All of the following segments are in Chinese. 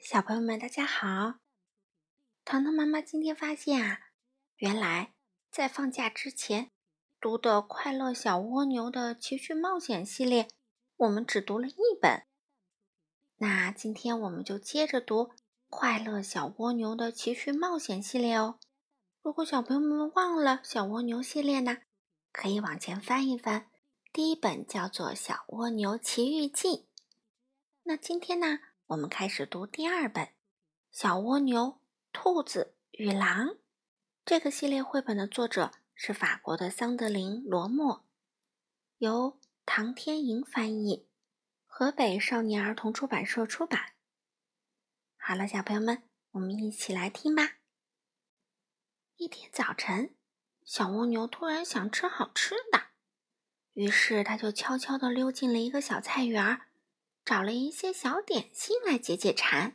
小朋友们，大家好！糖糖妈妈今天发现原来在放假之前读的《快乐小蜗牛的奇趣冒险》系列，我们只读了1本。那今天我们就接着读《快乐小蜗牛的奇趣冒险》系列哦。如果小朋友们忘了小蜗牛系列呢，可以往前翻一翻。第1本叫做《小蜗牛奇遇记》。那今天呢，我们开始读第2本。小蜗牛、兔子与狼。这个系列绘本的作者是法国的桑德林·罗默，由唐天莹翻译，河北少年儿童出版社出版。好了，小朋友们，我们一起来听吧。一天早晨，小蜗牛突然想吃好吃的，于是它就悄悄地溜进了一个小菜园，找了一些小点心来解解馋。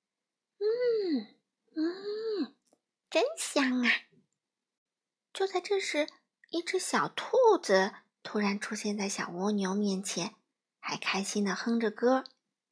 真香啊！就在这时，一只小兔子突然出现在小蜗牛面前，还开心地哼着歌。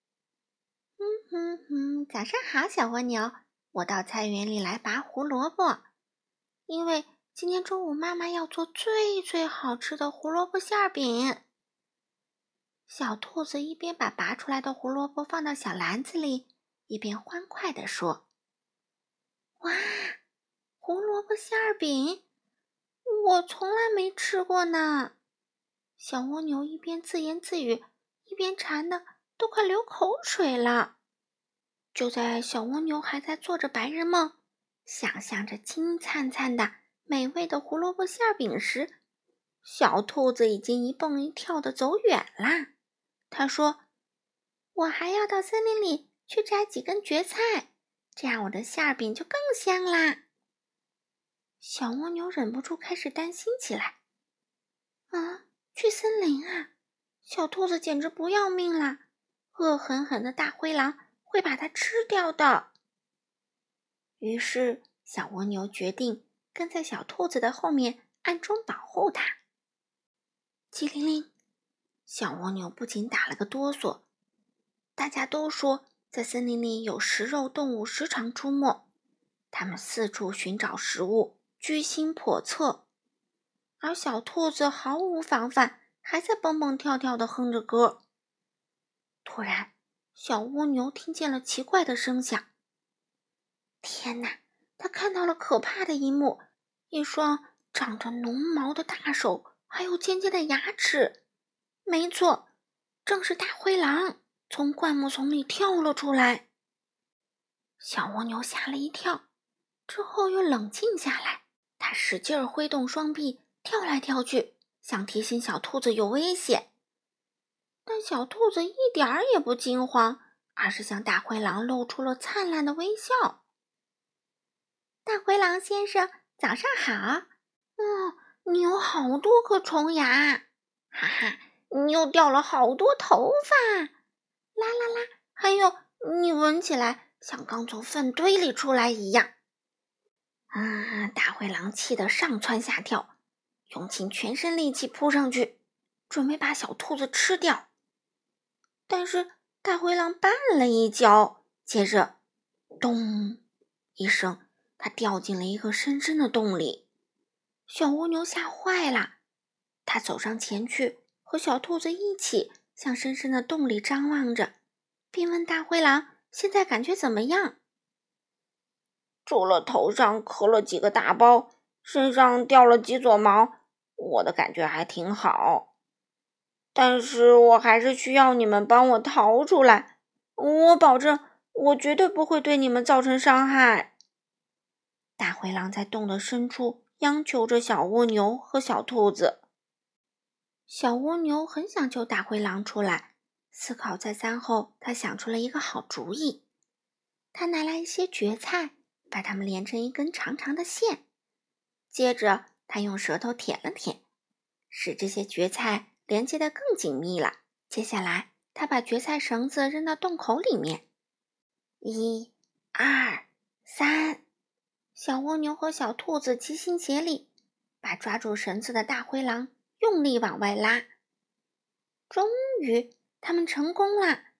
早上好，小蜗牛，我到菜园里来拔胡萝卜，因为今天中午妈妈要做最好吃的胡萝卜馅饼。小兔子一边把拔出来的胡萝卜放到小篮子里，一边欢快地说：哇，胡萝卜馅饼，我从来没吃过呢。小蜗牛一边自言自语，一边馋得都快流口水了。就在小蜗牛还在做着白日梦，想象着金灿灿的美味的胡萝卜馅饼时，小兔子已经一蹦一跳地走远啦。他说：我还要到森林里去摘几根蕨菜，这样我的馅饼就更香啦。小蜗牛忍不住开始担心起来。去森林啊，小兔子简直不要命啦，恶狠狠的大灰狼会把它吃掉的。于是小蜗牛决定跟在小兔子的后面，暗中保护它。叽铃铃，小蜗牛不仅打了个哆嗦。大家都说在森林里有食肉动物时常出没，它们四处寻找食物，居心叵测。而小兔子毫无防范，还在蹦蹦跳跳地哼着歌。突然，小蜗牛听见了奇怪的声响。天哪，它看到了可怕的一幕，一双长着浓毛的大手，还有尖尖的牙齿。没错，正是大灰狼从灌木丛里跳了出来。小蜗牛吓了一跳，之后又冷静下来，它使劲挥动双臂，跳来跳去，想提醒小兔子有危险。但小兔子一点儿也不惊慌，而是向大灰狼露出了灿烂的微笑。大灰狼先生，早上好。你有好多颗虫牙，哈哈，你又掉了好多头发，啦啦啦，还有你闻起来像刚从粪堆里出来一样。大灰狼气得上蹿下跳，用尽全身力气扑上去，准备把小兔子吃掉。但是大灰狼绊了一跤，接着咚一声，它掉进了一个深深的洞里。小蜗牛吓坏了，它走上前去，和小兔子一起向深深的洞里张望着，并问大灰狼现在感觉怎么样。除了头上磕了几个大包，身上掉了几撮毛，我的感觉还挺好。但是我还是需要你们帮我逃出来，我保证我绝对不会对你们造成伤害。大灰狼在洞的深处央求着小蜗牛和小兔子。小蜗牛很想救大灰狼出来，思考再三后，他想出了一个好主意。他拿来一些蕨菜，把它们连成一根长长的线，接着他用舌头舔了舔，使这些蕨菜连接得更紧密了。接下来他把蕨菜绳子扔到洞口里面。1、2、3，小蜗牛和小兔子齐心协力，把抓住绳子的大灰狼用力往外拉。终于他们成功了，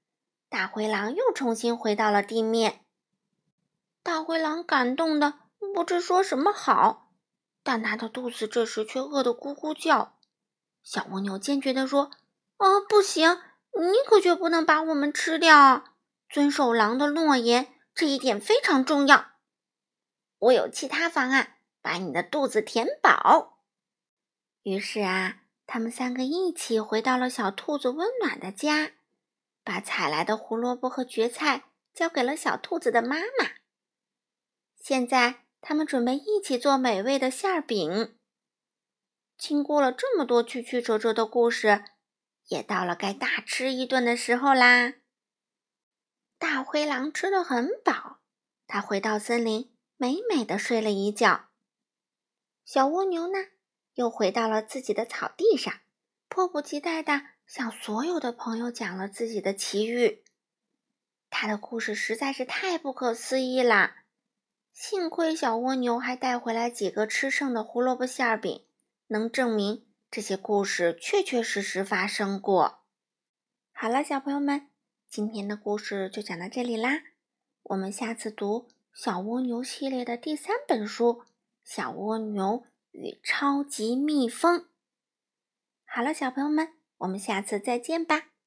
大灰狼又重新回到了地面。大灰狼感动的不知说什么好，但他的肚子这时却饿得咕咕叫。小蜗牛坚决地说：“不行，你可绝不能把我们吃掉！遵守狼的诺言，这一点非常重要。我有其他方案，把你的肚子填饱。”于是他们3个一起回到了小兔子温暖的家，把采来的胡萝卜和蕨菜交给了小兔子的妈妈。现在他们准备一起做美味的馅饼。经过了这么多曲曲折折的故事，也到了该大吃一顿的时候啦。大灰狼吃得很饱，他回到森林，美美地睡了一觉。小蜗牛呢，又回到了自己的草地上，迫不及待地向所有的朋友讲了自己的奇遇。他的故事实在是太不可思议啦！幸亏小蜗牛还带回来几个吃剩的胡萝卜馅饼，能证明这些故事确确实实发生过。好了，小朋友们，今天的故事就讲到这里啦。我们下次读小蜗牛系列的第3本书《小蜗牛与超级蜜蜂》。好了，小朋友们，我们下次再见吧。